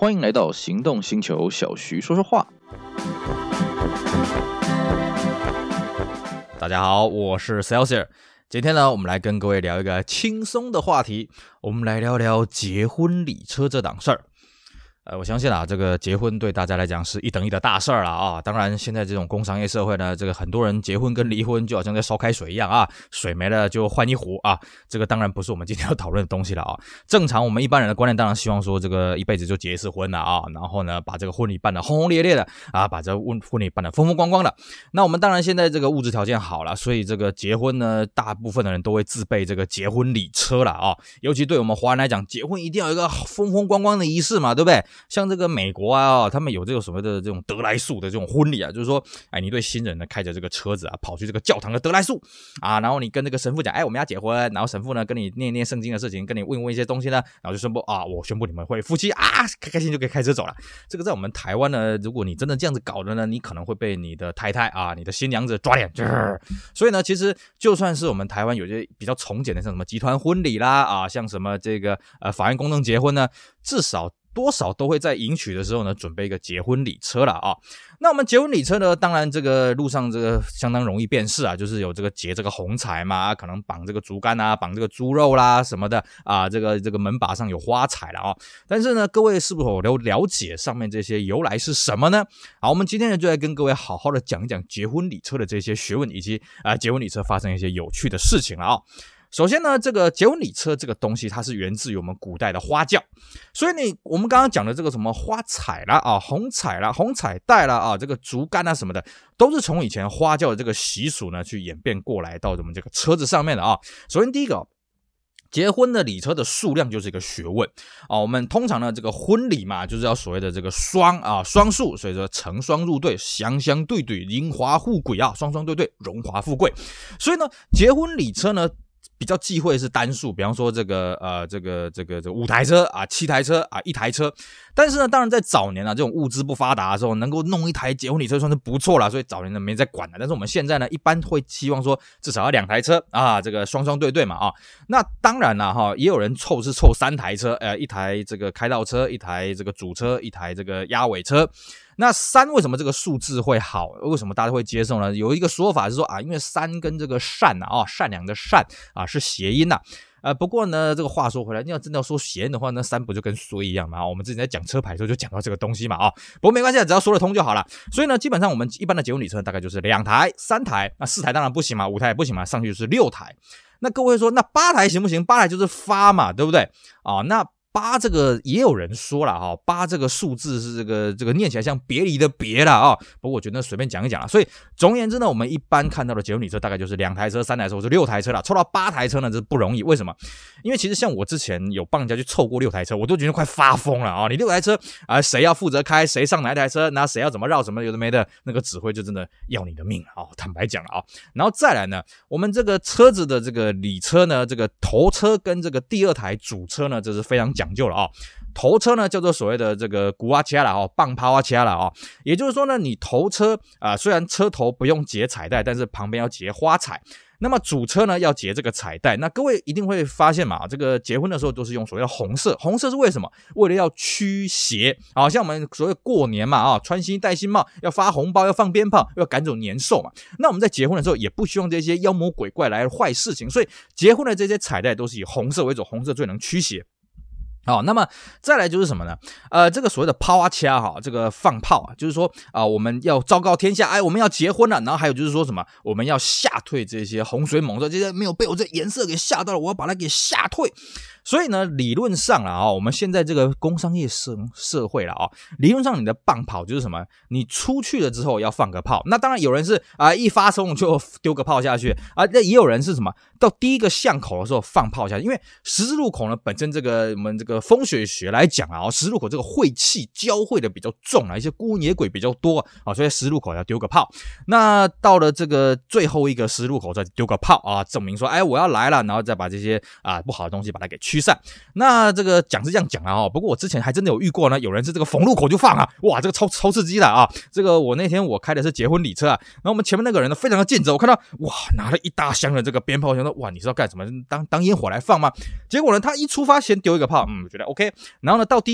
欢迎来到行动星球，小徐说说话。 大家好，我是 Celsius。今天呢，我们来跟各位聊一个轻松的话题，我们来聊聊结婚礼车这档事儿。我相信啊，这个结婚对大家来讲是一等一的大事儿了啊。当然，现在这种工商业社会呢，这个很多人结婚跟离婚就好像在烧开水一样啊，水没了就换一壶啊。这个当然不是我们今天要讨论的东西了啊。正常我们一般人的观念当然希望说，这个一辈子就结一次婚了啊，然后呢，把这个婚礼办得轰轰烈烈的啊，把这婚礼办得风风光光的。那我们当然现在这个物质条件好了，所以这个结婚呢，大部分的人都会自备这个结婚礼车了啊。尤其对我们华人来讲，结婚一定要有一个风风光光的仪式嘛，对不对？像这个美国啊，他们有这个所谓的这种得来速的这种婚礼啊，就是说，你对新人呢开着这个车子啊，跑去这个教堂的得来速啊，然后你跟这个神父讲，我们要结婚，然后神父呢跟你念念圣经的事情，跟你问一些东西呢，然后就宣布啊，我宣布你们会夫妻啊，开开心就可以开车走了。这个在我们台湾呢，如果你真的这样子搞的呢，你可能会被你的太太啊，你的新娘子抓脸。所以呢，其实就算是我们台湾有些比较从简的，像什么集团婚礼啦啊，像什么这个法院公证结婚呢，至少多少都会在迎娶的时候呢，准备一个结婚礼车了啊。那我们结婚礼车呢，当然这个路上这个相当容易辨识啊，就是有这个结这个红彩嘛，可能绑这个竹竿啊，绑这个猪肉啦什么的啊，这个门把上有花彩了啊。但是呢，各位是否了解上面这些由来是什么呢？好，我们今天呢就来跟各位好好的讲一讲结婚礼车的这些学问，以及结婚礼车发生一些有趣的事情了啊。首先呢，这个结婚礼车这个东西，它是源自于我们古代的花轿，所以我们刚刚讲的这个什么花彩啦啊、红彩啦、红彩带啦啊、这个竹竿啊什么的，都是从以前花轿的这个习俗呢去演变过来到我们这个车子上面的啊。首先第一个，结婚的礼车的数量就是一个学问啊。我们通常呢，这个婚礼嘛，就是要所谓的这个双数，所以说成双入对，祥祥对对，荣华富贵啊，双双对对，荣华富贵。所以呢，结婚礼车呢，比较忌讳是单数，比方说这个5台车啊、7台车啊、1台车。但是呢，当然在早年啊，这种物资不发达的时候，能够弄一台结婚礼车算是不错啦，所以早年呢没在管的。但是我们现在呢，一般会希望说至少要2台车啊，这个双双对对嘛啊。那当然啦哈，也有人凑3台车，一台这个开道车，一台这个主车，一台这个押尾车。那3为什么这个数字会好？为什么大家会接受呢？有一个说法是说啊，因为3跟这个善善良的善啊是谐音呐。不过呢，这个话说回来，你要真的要说谐音的话，那3不就跟衰一样嘛？我们之前在讲车牌的时候就讲到这个东西嘛啊。不过没关系，只要说得通就好了。所以呢，基本上我们一般的结婚礼车大概就是2台、3台，那4台当然不行嘛，5台也不行嘛，上去就是6台。那各位说，那8台行不行？8台就是发嘛，对不对？那8这个也有人说了哈，8这个数字是这个念起来像别离的别了啊。不过我觉得随便讲一讲啦。所以总而言之呢，我们一般看到的结婚礼车大概就是2台车、3台车或者6台车啦。凑到8台车呢，这不容易。为什么？因为其实像我之前有帮人家去凑过6台车，我都觉得快发疯了啊！你6台车谁要负责开，谁上哪一台车，那谁要怎么绕什么有的没的，那个指挥就真的要你的命啊！坦白讲了啊。然后再来呢，我们这个车子的这个礼车呢，这个头车跟这个第2台主车呢，这是非常讲究了啊。头车呢叫做所谓的这个古阿掐啦棒抛阿掐啦也就是说呢，你头车虽然车头不用结彩带，但是旁边要结花彩。那么主车呢要结这个彩带，那各位一定会发现嘛，这个结婚的时候都是用所谓的红色，红色是为什么？为了要驱邪啊，像我们所谓过年嘛穿新戴新帽，要发红包，要放鞭炮，要赶走年兽嘛。那我们在结婚的时候也不希望这些妖魔鬼怪来坏事情，所以结婚的这些彩带都是以红色为主，红色最能驱邪。好，那么再来就是什么呢？这个所谓的抛啊掐这个放炮啊，就是说我们要昭告天下，我们要结婚了。然后还有就是说什么，我们要吓退这些洪水猛兽，这些没有被我这颜色给吓到了，我要把它给吓退。所以呢，理论上啦我们现在这个工商业社会啦理论上你的棒炮就是什么？你出去了之后要放个炮。那当然有人是一发冲就丢个炮下去那也有人是什么？到第一个巷口的时候放炮下去，因为十字路口呢本身这个我们这个风水学来讲十字路口这个晦气交汇的比较重一些孤魂野鬼比较多所以十字路口要丢个炮。那到了这个最后一个十字路口再丢个炮证明说我要来了，然后再把这些不好的东西把它给驱散。那这个讲是这样讲不过我之前还真的有遇过呢，有人是这个逢路口就放哇，这个超刺激的这个我那天我开的是结婚礼车然后我们前面那个人呢非常的尽责，我看到哇拿了一大箱的这个鞭炮，想说哇你是要干什么？当烟火来放吗？结果呢他一出发先丢一个炮，我觉得 OK。然后呢到第一个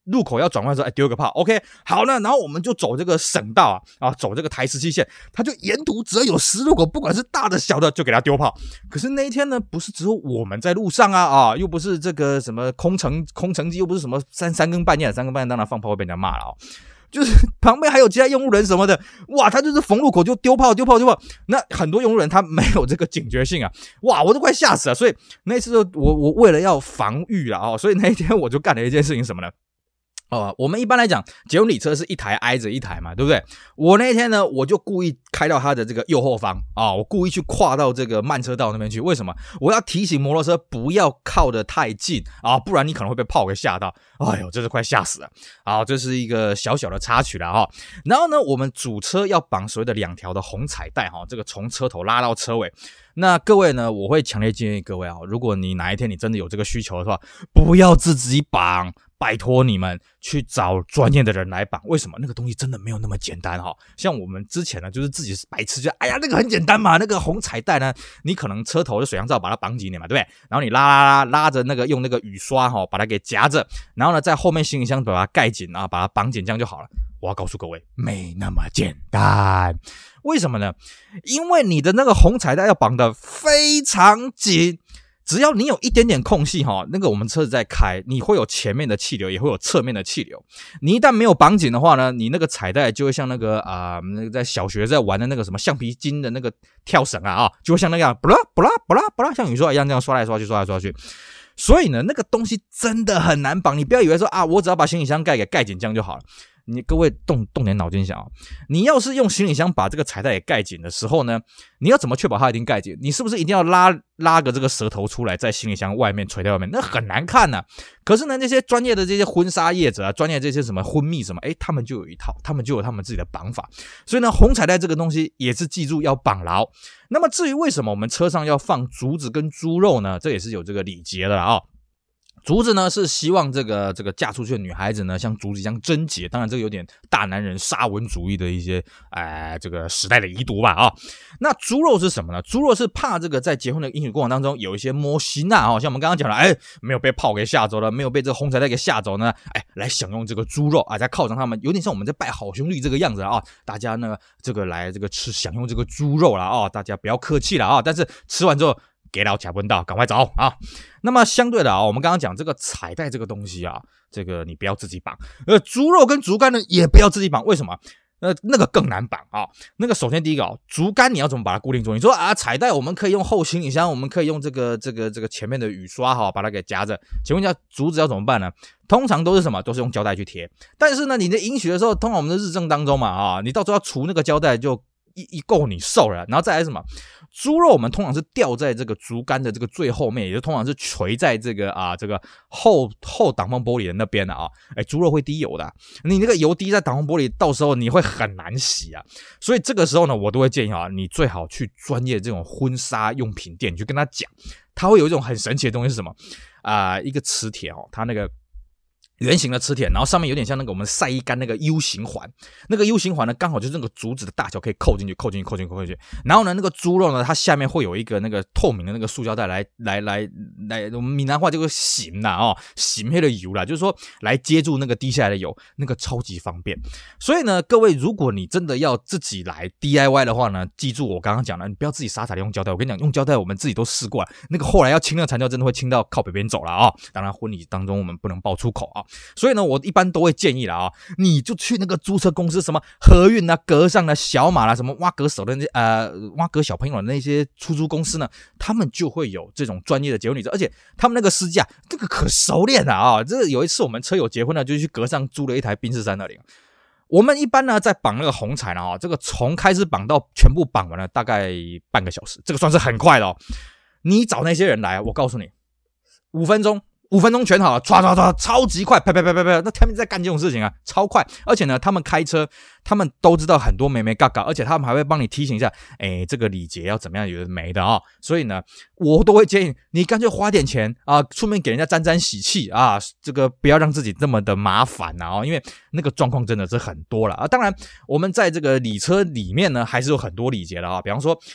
路口要转弯的时候，丢个炮 ，OK， 好呢，然后我们就走这个省道走这个台17线，他就沿途只要有10路口，不管是大的小的，就给他丢炮。可是那一天呢，不是只有我们在路上又不是这个什么空城机，又不是什么三更半夜当然放炮会被人家骂了就是旁边还有其他用路人什么的，哇，他就是逢路口就丢炮，那很多用路人他没有这个警觉性哇，我都快吓死了。所以那次我为了要防御所以那一天我就干了一件事情什么呢？我们一般来讲结婚礼车是一台挨着一台嘛，对不对？我那天呢，我就故意开到他的这个右后方我故意去跨到这个慢车道那边去。为什么？我要提醒摩托车不要靠得太近不然你可能会被炮给吓到。哎呦，真是快吓死了这是一个小小的插曲了然后呢，我们主车要绑所谓的2条的红彩带这个从车头拉到车尾。那各位呢，我会强烈建议各位如果你哪一天你真的有这个需求的话，不要自己绑，拜托你们去找专业的人来绑。为什么？那个东西真的没有那么简单像我们之前呢，就是自己白痴，就哎呀那个很简单嘛，那个红彩带呢，你可能车头的水箱罩把它绑紧点嘛，对不对？然后你拉着那个用那个雨刷把它给夹着，然后呢在后面行李箱把它盖紧把它绑紧，这样就好了。我要告诉各位，没那么简单。为什么呢？因为你的那个红彩带要绑得非常紧，只要你有一点点空隙那个我们车子在开，你会有前面的气流，也会有侧面的气流。你一旦没有绑紧的话呢，你那个彩带就会像那个那个在小学在玩的那个什么橡皮筋的那个跳绳就会像那样不啦不啦不啦不啦，像雨刷一样这样刷来刷去。所以呢，那个东西真的很难绑。你不要以为说我只要把行李箱盖给盖紧这样就好了。各位动点脑筋想你要是用行李箱把这个彩带给盖紧的时候呢，你要怎么确保它一定盖紧？你是不是一定要拉个这个舌头出来，在行李箱外面垂在外面？那很难看可是呢，那些专业的这些婚纱业者专业的这些什么婚蜜什么，他们就有一套，他们就有他们自己的绑法。所以呢，红彩带这个东西也是记住要绑牢。那么至于为什么我们车上要放竹子跟猪肉呢？这也是有这个礼节的竹子呢是希望这个嫁出去的女孩子呢像竹子一样贞洁，当然这个有点大男人沙文主义的一些这个时代的遗毒吧那猪肉是什么呢？猪肉是怕这个在结婚的迎娶过程当中有一些摸心像我们刚刚讲了没有被炮给吓走了，没有被这个红彩带给吓走呢来享用这个猪肉在犒赏他们，有点像我们在拜好兄弟这个样子大家呢这个来这个享用这个猪肉了大家不要客气了但是吃完之后给老卡不到，赶快走那么相对的我们刚刚讲这个彩带这个东西这个你不要自己绑，猪肉跟竹竿呢也不要自己绑。为什么？那个更难绑那个首先第一个竹竿你要怎么把它固定住？你说彩带我们可以用后行李箱，我们可以用这个前面的雨刷把它给夹着。请问一下竹子要怎么办呢？通常都是什么？都是用胶带去贴。但是呢，你的迎娶的时候，通常我们的日正当中嘛你到时候要除那个胶带就一够你受了。然后再来什么？猪肉我们通常是吊在这个竹竿的这个最后面，也就通常是垂在这个这个后挡风玻璃的那边的猪肉会滴油的你那个油滴在挡风玻璃，到时候你会很难洗所以这个时候呢，我都会建议你最好去专业这种婚纱用品店，你去跟他讲，他会有一种很神奇的东西是什么一个磁铁它那个圆形的磁铁，然后上面有点像那个我们晒衣杆那个 U 型环，那个 U 型环呢刚好就是那个竹子的大小可以扣进去，然后呢那个猪肉呢它下面会有一个那个透明的那个塑胶袋来我们闽南话叫做醒醒黑的油啦，就是说来接住那个滴下来的油，那个超级方便。所以呢各位，如果你真的要自己来 DIY 的话呢，记住我刚刚讲的，你不要自己傻傻的用胶带。我跟你讲，用胶带我们自己都试过了，那个后来要清那个残胶真的会清到靠北边走了当然婚礼当中我们不能爆出口所以呢，我一般都会建议啦你就去那个租车公司，什么和运格上小马啦，什么挖格手的挖格小朋友的那些出租公司呢，他们就会有这种专业的结婚礼车，而且他们那个司机这个可熟练了这有一次我们车友结婚呢，就去格上租了一台宾士320。我们一般呢在绑那个红彩呢这个从开始绑到全部绑完了大概半个小时，这个算是很快的你找那些人来，我告诉你5分钟全好了，唰，超级快，啪，那他们在干这种事情超快。而且呢，他们开车，他们都知道很多眉眉角角，而且他们还会帮你提醒一下，这个礼节要怎么样，有的没的所以呢，我都会建议你干脆花点钱顺便给人家沾喜气这个不要让自己这么的麻烦因为那个状况真的是很多了当然，我们在这个礼车里面呢，还是有很多礼节的比方说。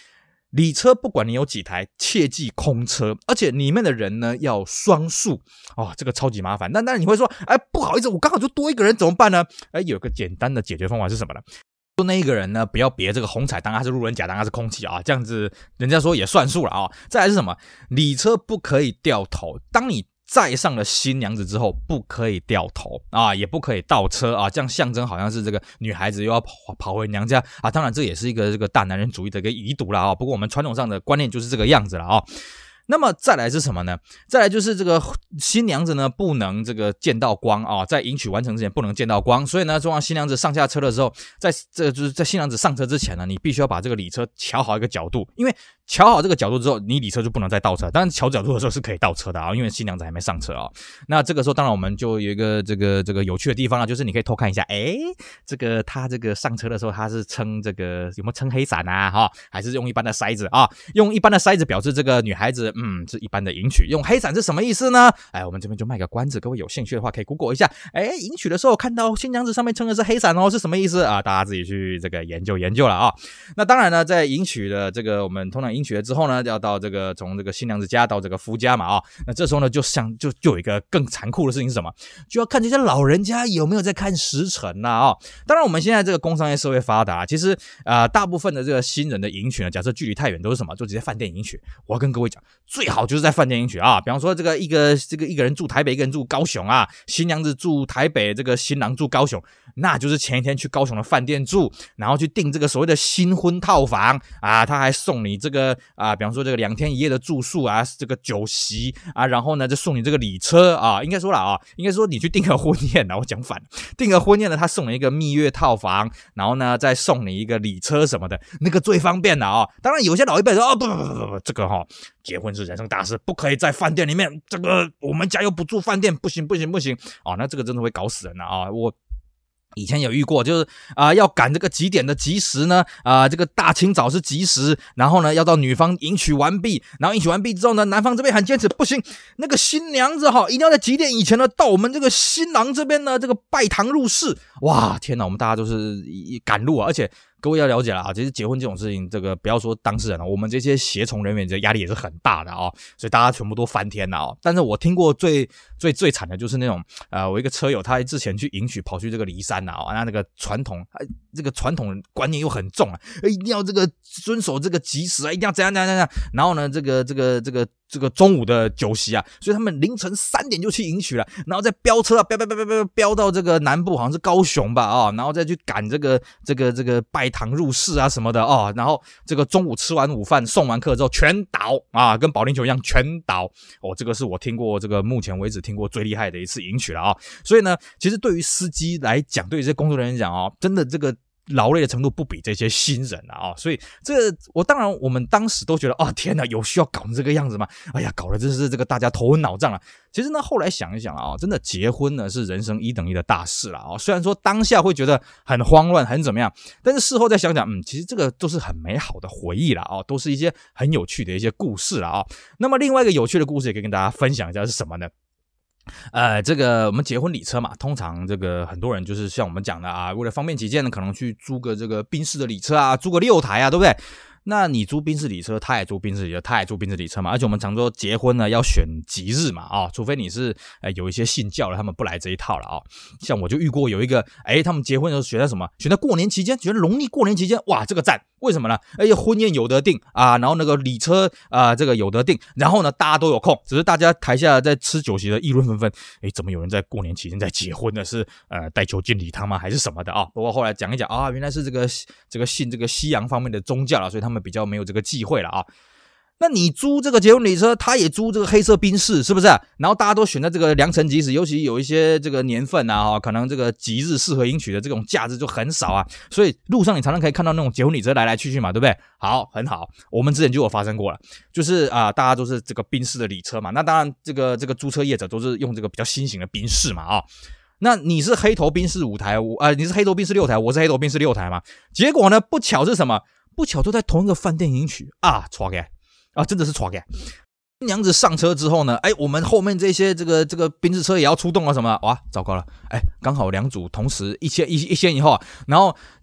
礼车不管你有几台，切记空车，而且里面的人呢要双数哦，这个超级麻烦。那当然你会说，不好意思，我刚好就多一个人怎么办呢？有个简单的解决方法是什么呢？说那一个人呢，不要别这个红彩当他是路人甲，当他是空气啊，这样子人家说也算数了啊。再来是什么？礼车不可以掉头，当你载上了新娘子之后，不可以掉头啊，也不可以倒车啊，这样象征好像是这个女孩子又要跑回娘家啊。当然这也是一个这个大男人主义的一个遗毒了啊。不过我们传统上的观念就是这个样子了啊。那么再来是什么呢？再来就是这个新娘子呢不能这个见到光啊，在迎娶完成之前不能见到光，所以呢，通常新娘子上下车的时候，就是在新娘子上车之前呢，你必须要把这个礼车调好一个角度，因为调好这个角度之后，你礼车就不能再倒车。当然调角度的时候是可以倒车的啊，因为新娘子还没上车啊。那这个时候当然我们就有一个这个有趣的地方啦，就是你可以偷看一下，这个他这个上车的时候他是撑这个有没有撑黑伞啊哈，还是用一般的筛子啊？用一般的筛子表示这个女孩子是一般的迎娶，用黑伞是什么意思呢？我们这边就卖个关子，各位有兴趣的话可以 Google 一下。迎娶的时候看到新娘子上面撑的是黑伞哦，是什么意思啊？大家自己去这个研究了啊。那当然呢，在迎娶的这个我们通常迎娶了之后呢，要到这个从这个新娘子家到这个夫家嘛啊。那这时候呢，就有一个更残酷的事情是什么？就要看这些老人家有没有在看时辰啊。当然我们现在这个工商业社会发达，其实大部分的这个新人的迎娶呢，假设距离太远都是什么？就直接饭店迎娶。我要跟各位讲，最好就是在饭店迎娶啊。比方说这个一个人住台北，一个人住高雄啊，新娘子住台北，这个新郎住高雄，那就是前一天去高雄的饭店住，然后去订这个所谓的新婚套房啊，他还送你这个比方说这个2天1夜的住宿啊，这个酒席啊，然后呢就送你这个礼车啊，应该说你去订个婚宴啊，我讲反了，订个婚宴呢，他送你一个蜜月套房，然后呢再送你一个礼车什么的，那个最方便的啊。当然有些老一辈说不，这个结婚是人生大事，不可以在饭店里面，这个我们家又不住饭店，不行那这个真的会搞死人啊。我以前有遇过，就是要赶这个几点的吉时呢？这个大清早是吉时，然后呢要到女方迎娶完毕，然后迎娶完毕之后呢，男方这边很坚持，不行，那个新娘子一定要在几点以前呢到我们这个新郎这边呢这个拜堂入室。哇，天哪，我们大家都是赶路啊，而且各位要了解了啊，其实结婚这种事情，这个不要说当事人了，我们这些协从人员这压力也是很大的啊，所以大家全部都翻天了啊。但是我听过最惨的就是那种我一个车友，他之前去迎娶跑去这个梨山啊，那个传统观念又很重啊，一定要这个遵守这个吉时啊，一定要怎样，然后呢这个中午的酒席啊，所以他们凌晨3点就去迎娶了，然后再飙车啊，飙到这个南部，好像是高雄吧然后再去赶这个拜堂入室啊什么的然后这个中午吃完午饭送完课之后全倒啊，跟保龄球一样全倒这个是我听过这个目前为止听过最厉害的一次迎娶了所以呢，其实对于司机来讲，对于这些工作人员讲真的这个劳累的程度不比这些新人所以我们当时都觉得天哪，有需要搞成这个样子吗？哎呀，搞得真是这个大家头昏脑胀了。其实呢，后来想一想真的结婚呢是人生1等1的大事了虽然说当下会觉得很慌乱，很怎么样，但是事后再想想，其实这个都是很美好的回忆了都是一些很有趣的一些故事了那么另外一个有趣的故事也可以跟大家分享一下是什么呢？这个我们结婚礼车嘛，通常这个很多人就是像我们讲的为了方便起见呢，可能去租个这个宾士的礼车租个6台对不对？那你租宾士礼车，他也租宾士礼车，他也租宾士礼车嘛。而且我们常说结婚呢要选吉日嘛除非你是有一些信教的，他们不来这一套了像我就遇过有一个他们结婚的时候选在什么？选在过年期间，选在农历过年期间，哇，这个赞！为什么呢？婚宴有得订然后那个礼车这个有得订，然后呢大家都有空，只是大家台下在吃酒席的议论纷纷，怎么有人在过年期间在结婚的？是带酒敬礼堂吗？还是什么的不过后来讲一讲原来是这个信这个西洋方面的宗教了，所以他们比较没有这个忌讳了那你租这个结婚礼车，他也租这个黑色宾士，是不是然后大家都选在这个良辰吉时，尤其有一些这个年份可能这个吉日适合迎娶的这种假日就很少所以路上你常常可以看到那种结婚礼车来来去去嘛，对不对？好，很好，我们之前就有发生过了，就是大家都是这个宾士的礼车嘛，那当然这个租车业者都是用这个比较新型的宾士嘛那你是黑头宾士5台你是黑头宾士6台，我是黑头宾士6台嘛，结果呢不巧是什么？不巧都在同一个饭店迎娶错开真的是错开。娘子上车之后呢，我们后面这些这个宾士车也要出动了什么？哇，糟糕了，刚好2组同时一先一后然后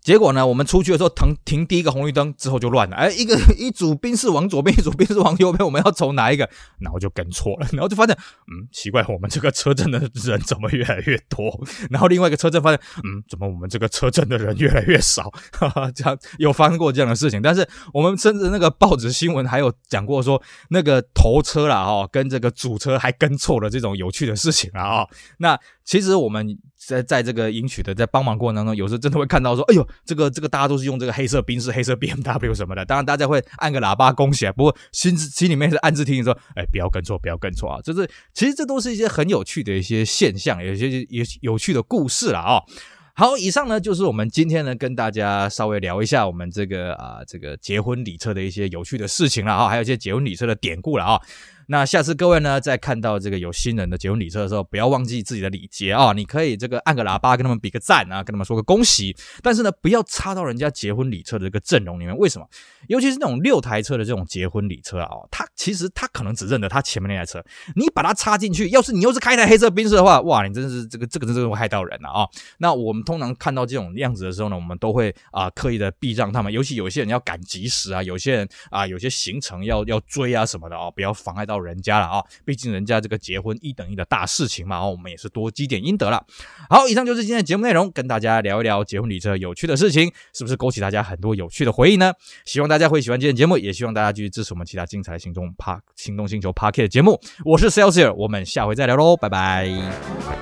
结果呢，我们出去的时候停第一个红绿灯之后就乱了，一组宾士往左边，一组宾士往右边，我们要走哪一个？然后就跟错了，然后就发现，奇怪，我们这个车阵的人怎么越来越多？然后另外一个车阵发现，怎么我们这个车阵的人越来越少？这样有发生过这样的事情，但是我们甚至那个报纸新闻还有讲过说，那个头车啦跟这个主车还跟错了这种有趣的事情啦那其实我们在这个迎娶的在帮忙过程当中，有时候真的会看到说，哎呦，这个大家都是用这个黑色宾士、黑色 BMW 什么的，当然大家会按个喇叭恭喜啊，不过心里面是暗自提醒说，不要跟错，不要跟错啊，就是其实这都是一些很有趣的一些现象，有些有趣的故事啦好，以上呢就是我们今天呢跟大家稍微聊一下我们这个结婚礼车的一些有趣的事情啦还有一些结婚礼车的典故啦那下次各位呢在看到这个有新人的结婚礼车的时候，不要忘记自己的礼节你可以这个按个喇叭跟他们比个赞跟他们说个恭喜，但是呢不要插到人家结婚礼车的这个阵容里面。为什么？尤其是那种6台车的这种结婚礼车其实他可能只认得他前面那台车，你把它插进去，要是你又是开一台黑色宾士的话，哇，你真的是这个真的会害到人那我们通常看到这种样子的时候呢，我们都会刻意的避让他们，尤其有些人要赶及时有些人有些行程要追什么的不要妨碍到人家了毕竟人家这个结婚1等1的大事情嘛我们也是多积点阴德了。好，以上就是今天的节目内容，跟大家聊一聊结婚礼车有趣的事情，是不是勾起大家很多有趣的回忆呢？希望大家会喜欢今天的节目，也希望大家继续支持我们其他精彩的行动星球 Podcast 的节目。我是 Celsius， 我们下回再聊咯，拜拜。